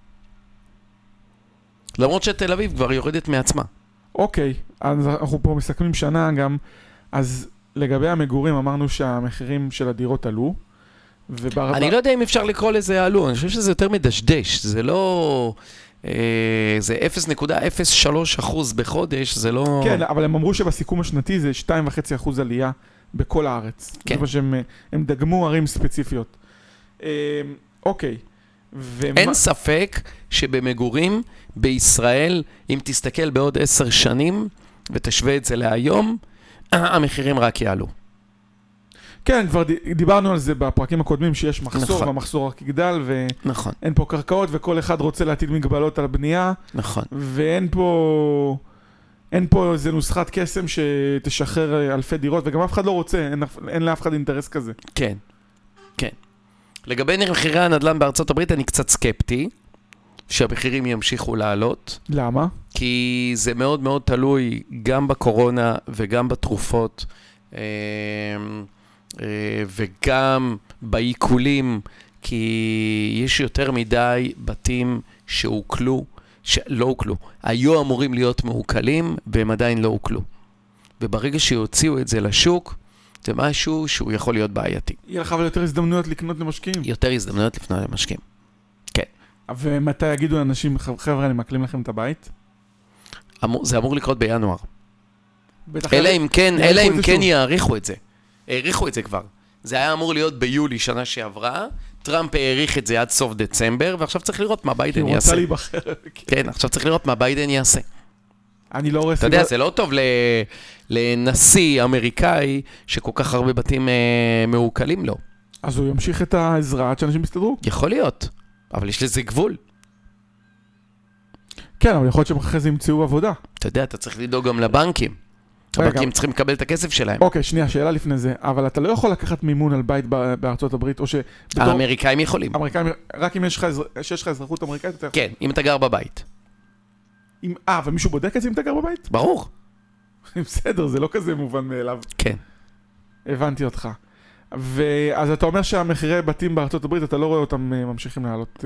למרות שתל אביב כבר יורדת מעצמה. אוקיי, אז אנחנו פה מסכמים שנה גם, אז... לגבי המגורים אמרנו שהמחירים של הדירות עלו. אני לא יודע אם אפשר לקרוא לזה עלו, אני חושב שזה יותר מדשדש, זה לא... זה 0.03% בחודש, זה לא... כן, אבל הם אמרו שבסיכום השנתי זה 2.5% עלייה בכל הארץ. כן. זה מה שהם דגמו ערים ספציפיות. אוקיי. אין ספק שבמגורים בישראל, אם תסתכל בעוד 10 שנים ותשווה את זה להיום, המחירים רק יעלו. כן, כבר דיברנו על זה בפרקים הקודמים, שיש מחסור, נכון. והמחסור רק יגדל, נכון. ואין פה קרקעות, וכל אחד רוצה להטיל מגבלות על הבנייה. נכון. ואין פה איזה נוסחת קסם שתשחרר אלפי דירות, וגם אף אחד לא רוצה, אין לאף אחד אינטרס כזה. כן, כן. לגבי מחירי הנדל"ן בארצות הברית, אני קצת סקפטי, שהמחירים ימשיכו לעלות. למה? כי זה מאוד מאוד תלוי גם בקורונה וגם בתרופות וגם בעיקולים, כי יש יותר מדי בתים שהוקלו, שלא הוקלו, היו אמורים להיות מעוקלים והם עדיין לא הוקלו. וברגע שיוציאו את זה לשוק, זה משהו שהוא יכול להיות בעייתי. יהיה לך אבל יותר הזדמנויות לקנות למשקיעים. יותר הזדמנויות לקנות למשקיעים. כן. ומתי יגידו לאנשים, חבר'ה, אני מקלים לכם את הבית? זה אמור לקרות בינואר. אלא אם כן יעריכו את זה. העריכו את זה כבר. זה היה אמור להיות ביולי שנה שעברה, טראמפ העריך את זה עד סוף דצמבר, ועכשיו צריך לראות מה ביידן יעשה. הוא רוצה להיבחר. כן, עכשיו צריך לראות מה ביידן יעשה. אני לא רואה אתה יודע, זה לא טוב לנשיא אמריקאי שכל כך הרבה בתים מעוקלים לו. אז הוא ימשיך את העזרה עד שאנשים יסתדרו? יכול להיות, אבל יש לזה גבול. כן, אבל יכול להיות שהם אחרי זה ימצאו עבודה. אתה יודע, אתה צריך לדאוג גם לבנקים. הבנקים צריכים לקבל את הכסף שלהם. אוקיי, שנייה, שאלה לפני זה. אבל אתה לא יכול לקחת מימון על בית בארצות הברית, או ש... האמריקאים יכולים. רק אם יש לך אזרחות אמריקאית, אתה יכול... כן, אם אתה גר בבית. ומישהו בודק את זה אם אתה גר בבית? ברור. בסדר, זה לא כזה מובן מאליו. כן. הבנתי אותך. אז אתה אומר שהמחירי בתים בארצות הברית, אתה לא רואה אותם ממשיכים לעלות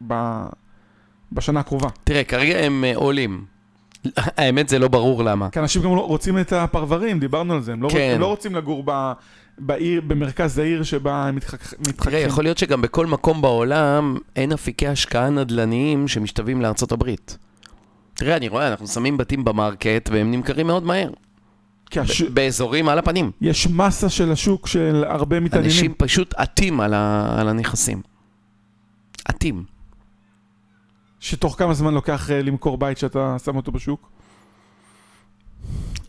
בשנה הקרובה. תראה, כרגע הם עולים. האמת זה לא ברור למה. כי אנשים גם רוצים את הפרברים, דיברנו על זה. הם לא רוצים לגור במרכז העיר שבה הם מתחככים. תראה, יכול להיות שגם בכל מקום בעולם אין אפיקי השקעה נדל"ניים שמשתווים לארצות הברית. תראה, אני רואה, אנחנו שמים בתים במרקט והם נמכרים מאוד מהר. באזורים על הפנים. יש מסה של השוק של הרבה מתעניינים. אנשים פשוט עטים על הנכסים. עטים. שתוך כמה זמן לוקח למכור בית שאתה שם אותו בשוק?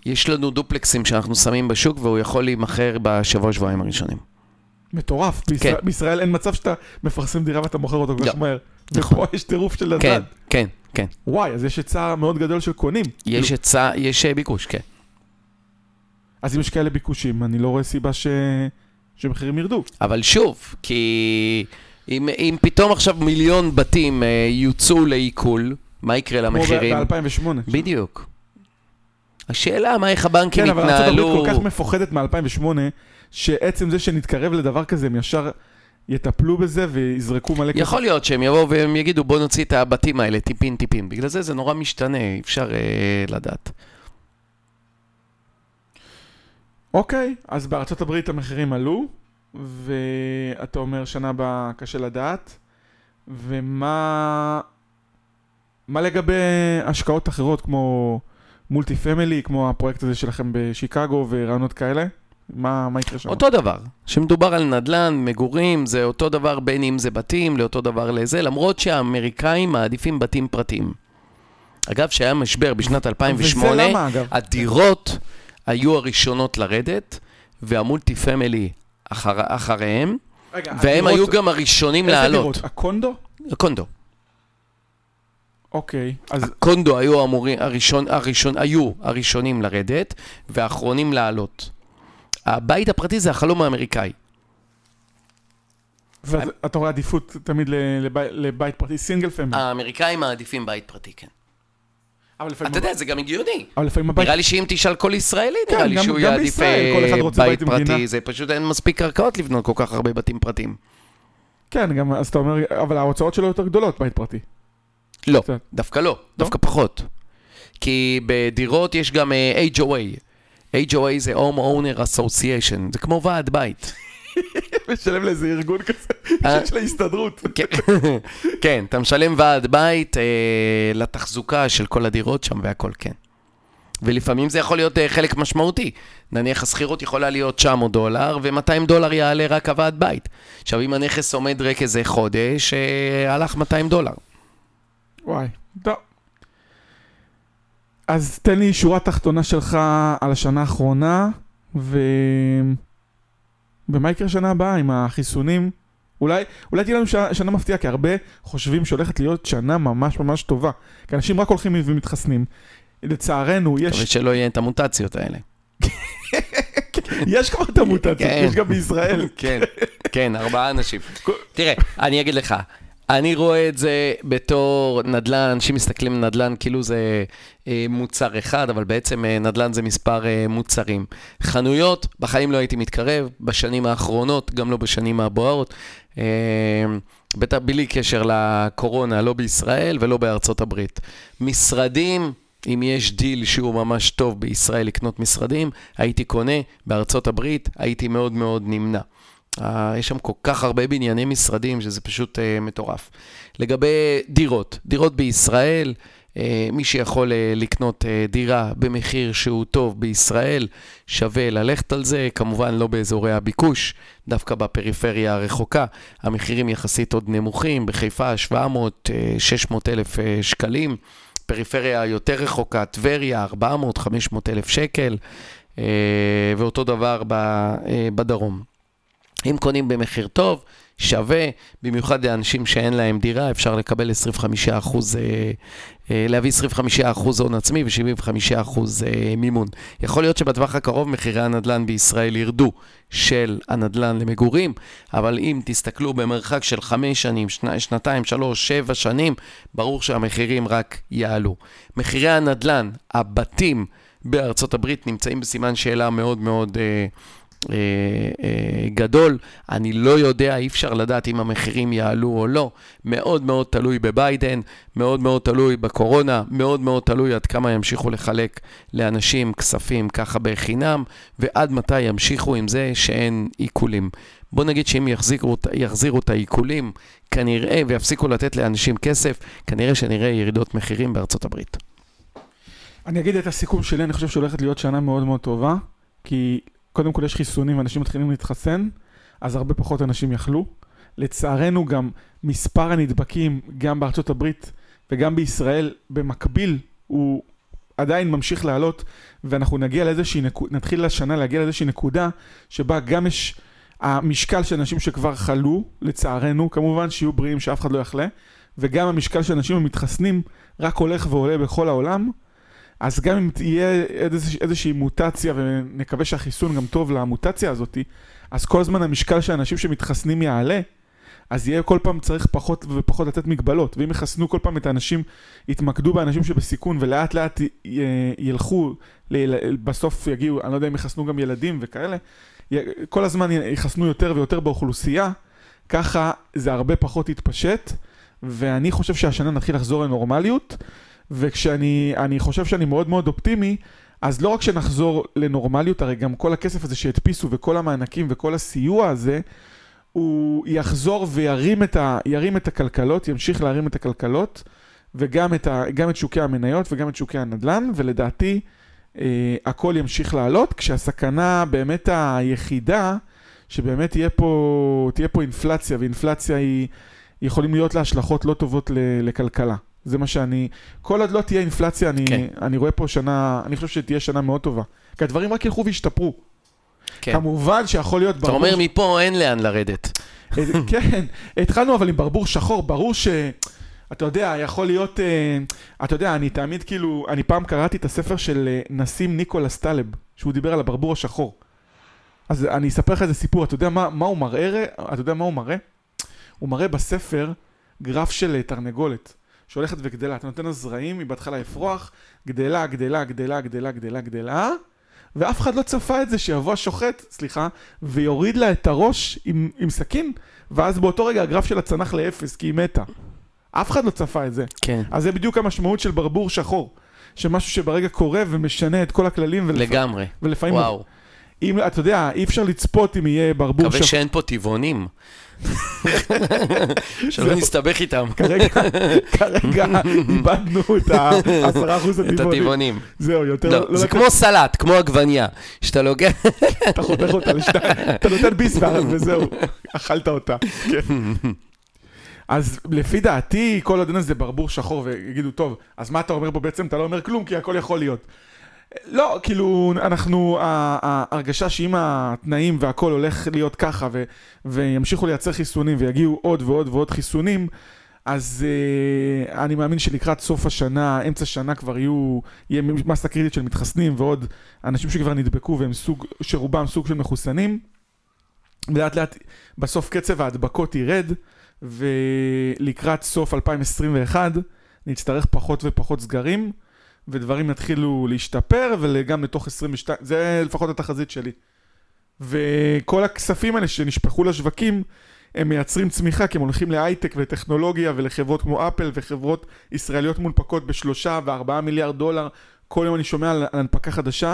יש לנו דופלקסים שאנחנו שמים בשוק, והוא יכול להימחר בשבוע-שבועיים הראשונים. מטורף. כן. בישראל אין מצב שאתה מפרסם דירה ואתה מוכר אותו כל כך מהר. נכון. ופה יש טירוף של נדל"ן. כן, כן, כן. וואי, אז יש היצע מאוד גדול של קונים. יש היצע, יש ביקוש, כן. אז אם יש כאלה ביקושים, אני לא רואה סיבה שמחירים ירדו. אבל שוב, כי אם פתאום עכשיו 1,000,000 בתים יוצאו לעיכול, מה יקרה למחירים? כמו ב-2008. בדיוק. השאלה, מה איך הבנקים כן, יתנהלו... אבל ארצות הברית כל כך מפוחדת מ-2008, שעצם זה שנתקרב לדבר כזה, הם ישר יטפלו בזה ויזרקו מלא כסף. יכול להיות שהם יבואו והם יגידו, בוא נוציא את הבתים האלה, טיפין טיפין. בגלל זה נורא משתנה, אפשר לדעת. אוקיי, אז בארצות הברית המחירים עלו, ואתה אומר שנה הבאה קשה לדעת, ומה לגבי השקעות אחרות כמו מולטי פמילי, כמו הפרויקט הזה שלכם בשיקגו ורעיונות כאלה? מה יקרה שם? אותו דבר, שמדובר על נדל"ן, מגורים, זה אותו דבר בין אם זה בתים, לאותו דבר לזה, למרות שהאמריקאים מעדיפים בתים פרטיים. אגב, שהיה משבר בשנת 2008, הדירות היו הראשונות לרדת, והמולטי פמילי אחריהם, והם היו גם הראשונים לעלות. איזה דירות? הקונדו? הקונדו. אוקיי, אז... הקונדו היו הראשונים לרדת, והאחרונים לעלות. הבית הפרטי זה החלום האמריקאי. ואתה רואה עדיפות תמיד לבית פרטי, סינגל פמילי. האמריקאים מעדיפים בית פרטי, כן. אתה יודע, זה גם הגיוני. נראה לי שאם תשאל כל ישראלי, נראה לי שהוא יעדיף בית פרטי. זה פשוט אין מספיק קרקעות לבנות כל כך הרבה בתים פרטיים. כן, גם, אז אתה אומר, אבל ההוצאות שלו יותר גדולות, בית פרטי. לא, דווקא לא, דווקא פחות. כי בדירות יש גם HOA. HOA זה Home Owner Association, זה כמו ועד בית. משלם לאיזה ארגון כזה, של ההסתדרות. כן, אתה משלם ועד בית לתחזוקה של כל הדירות שם והכל, כן. ולפעמים זה יכול להיות חלק משמעותי. נניח הסחירות יכולה להיות $900, ו$200 יעלה רק הוועד בית. עכשיו, אם הנכס עומד רק איזה חודש, הלך $200. וואי, טוב. אז תן לי שורה תחתונה שלך על השנה האחרונה, ומה יקרה שנה הבאה עם החיסונים? אולי תהיה לנו שנה מפתיעה, כי הרבה חושבים שהולכת להיות שנה ממש ממש טובה. כי אנשים רק הולכים ומתחסנים. לצערנו יש... אבל שלא יהיה את המוטציות האלה. יש כבר את המוטציות, יש גם בישראל. כן, 4 אנשים. תראה, אני אגיד לך, אני רואה את זה בתור נדל"ן, שמסתכלים נדל"ן כאילו זה מוצר אחד, אבל בעצם נדל"ן זה מספר מוצרים. חנויות, בחיים לא הייתי מתקרב, בשנים האחרונות, גם לא בשנים הבאות, בטח בלי קשר לקורונה, לא בישראל ולא בארצות הברית. משרדים, אם יש דיל שהוא ממש טוב בישראל לקנות משרדים, הייתי קונה, בארצות הברית הייתי מאוד מאוד נמנע. יש שם כל כך הרבה בנייני משרדים שזה פשוט מטורף. לגבי דירות בישראל, מי שיכול לקנות דירה במחיר שהוא טוב בישראל, שווה ללכת על זה, כמובן לא באזורי הביקוש, דווקא בפריפריה הרחוקה, המחירים יחסית עוד נמוכים, בחיפה 700-600 אלף שקלים, פריפריה יותר רחוקה, טבריה 400-500 אלף שקל, ואותו דבר בדרום. אם קונים במחיר טוב, שווה, במיוחד לאנשים שאין להם דירה, אפשר לקבל 25%, להביא 25% הון עצמי ו-75% מימון. יכול להיות שבטווח הקרוב מחירי הנדל"ן בישראל ירדו של הנדל"ן למגורים, אבל אם תסתכלו במרחק של 5 שנים, 2, 3, 7 שנים, ברור שהמחירים רק יעלו. מחירי הנדל"ן, הבתים בארצות הברית נמצאים בסימן שאלה מאוד מאוד גדול, אני לא יודע, אי אפשר לדעת אם המחירים יעלו או לא, מאוד מאוד תלוי בביידן, מאוד מאוד תלוי בקורונה, מאוד מאוד תלוי עד כמה ימשיכו לחלק לאנשים כספים ככה בחינם, ועד מתי ימשיכו עם זה שאין עיקולים. בוא נגיד שאם יחזירו את העיקולים, כנראה, ויפסיקו לתת לאנשים כסף, כנראה שנראה ירידות מחירים בארצות הברית. אני אגיד את הסיכום שלי, אני חושב שהולכת להיות שנה מאוד מאוד טובה, כי קודם כל יש חיסונים ואנשים מתחילים להתחסן, אז הרבה פחות אנשים יכלו. לצערנו גם מספר הנדבקים, גם בארצות הברית וגם בישראל, במקביל הוא עדיין ממשיך לעלות, ואנחנו נתחיל לשנה להגיע לאיזושהי נקודה, שבה גם יש המשקל של אנשים שכבר חלו, לצערנו, כמובן שיהיו בריאים שאף אחד לא יחלה, וגם המשקל של אנשים המתחסנים רק הולך ועולה בכל העולם, אז גם אם תהיה איזושהי מוטציה, ונקווה שהחיסון גם טוב למוטציה הזאת, אז כל הזמן המשקל של אנשים שמתחסנים יעלה, אז יהיה כל פעם צריך פחות ופחות לתת מגבלות, ואם יחסנו כל פעם את האנשים, יתמקדו באנשים שבסיכון, ולאט לאט ילכו, בסוף יגיעו, אני לא יודע אם יחסנו גם ילדים וכאלה, כל הזמן יחסנו יותר ויותר באוכלוסייה, ככה זה הרבה פחות יתפשט, ואני חושב שהשנה נתחיל לחזור לנורמליות, וכשאני חושב שאני מאוד מאוד אופטימי, אז לא רק שנחזור לנורמליות, הרי גם כל הכסף הזה שהדפיסו, וכל המענקים וכל הסיוע הזה, הוא יחזור וירים את הכלכלות, ימשיך להרים את הכלכלות, וגם את שוקי המניות וגם את שוקי הנדל"ן, ולדעתי הכל ימשיך לעלות, כשהסכנה באמת היחידה, שבאמת תהיה פה אינפלציה, ואינפלציה יכולים להיות לה השלכות לא טובות לכלכלה. זה מה כל עוד לא תהיה אינפלציה, אני רואה פה שנה, אני חושב שתהיה שנה מאוד טובה. כי הדברים רק ילכו וישתפרו. כן. כמובן שיכול להיות ברבור... אתה אומר מפה אין לאן לרדת. כן, התחלנו אבל עם ברבור שחור, ברור אתה יודע, יכול להיות, אתה יודע, אני תמיד כאילו, אני פעם קראתי את הספר של נסים ניקולס טלב, שהוא דיבר על הברבור השחור. אז אני אספר לך איזה סיפור, אתה יודע מה הוא מראה? אתה יודע מה הוא מראה? הוא מראה בספר גרף של תרנגולת, שהולכת וגדלה. אתה נותן הזרעים, היא בהתחלה יפרוח, גדלה, גדלה, גדלה, גדלה, גדלה, גדלה, ואף אחד לא צפה את זה שיבוא השוחט, ויוריד לה את הראש עם סכין, ואז באותו רגע הגרף שלה צנח לאפס, כי היא מתה. אף אחד לא צפה את זה. כן. אז זה בדיוק המשמעות של ברבור שחור, שמשהו שברגע קורה ומשנה את כל הכללים. לגמרי. ולפעמים... וואו. אם, אתה יודע, אי אפשר לצפות אם יהיה ברבור שחור. מקווה שאין פה טבעונים. שלא נסתבך איתם. כרגע איבדנו את 10% את הטבעונים. זהו, יותר... זה כמו סלט, כמו עגבניה. שאתה לוגע... אתה חותך אותה לשתיים, אתה נותן ביס וזהו, אכלת אותה. אז לפי דעתי, כל עוד זה ברבור שחור, ויגידו, טוב, אז מה אתה אומר פה בעצם? אתה לא אומר כלום, כי הכל יכול להיות. לא, כאילו, ההרגשה שאם התנאים והכל הולך להיות ככה, וימשיכו לייצר חיסונים, ויגיעו עוד ועוד ועוד חיסונים, אז אני מאמין שלקראת סוף השנה, אמצע שנה כבר יהיה מסה קריטית של מתחסנים, ועוד אנשים שכבר נדבקו, והם שרובם סוג של מחוסנים, ולאט לאט בסוף קצב ההדבקות ירד, ולקראת סוף 2021 נצטרך פחות ופחות סגרים, ודברים יתחילו להשתפר, וגם לתוך 22, זה לפחות התחזית שלי. וכל הכספים האלה שנשפחו לשווקים, הם מייצרים צמיחה, כי הם הולכים להייטק וטכנולוגיה, ולחברות כמו אפל, וחברות ישראליות מונפקות ב3 ו4 מיליארד דולר, כל יום אני שומע על הנפקה חדשה,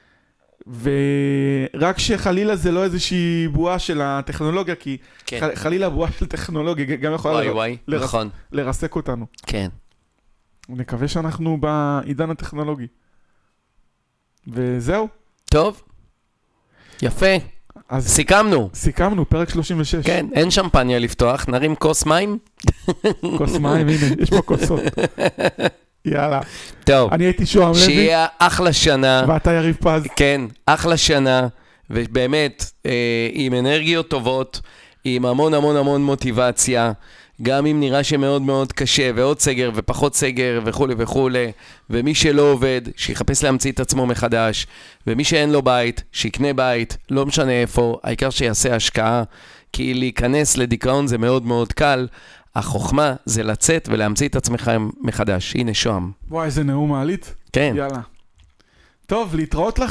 ורק שחלילה זה לא איזושהי בועה של הטכנולוגיה, כי כן. חלילה בועה של טכנולוגיה גם יכולה לרסק אותנו. כן. נקווה שאנחנו בעידן הטכנולוגי. וזהו. טוב. יפה. אז סיכמנו, פרק 36. כן, אין שמפניה לפתוח, נרים כוס מים. כוס מים, הנה, יש פה כוסות. יאללה. טוב. אני הייתי שוהם לוי. שיהיה אחלה שנה. ואתה יריב פז. כן, אחלה שנה, ובאמת, עם אנרגיות טובות, עם המון המון המון מוטיבציה, גם אם נראה שמאוד מאוד קשה, ועוד סגר ופחות סגר וכו' וכו', ומי שלא עובד, שיחפש להמציא את עצמו מחדש, ומי שאין לו בית, שיקנה בית, לא משנה איפה, העיקר שיעשה השקעה, כי להיכנס לדיכאון זה מאוד מאוד קל, החוכמה זה לצאת ולהמציא את עצמך מחדש. הנה שוהם. וואי, איזה נאום מעלית. כן. יאללה. טוב, להתראות לך.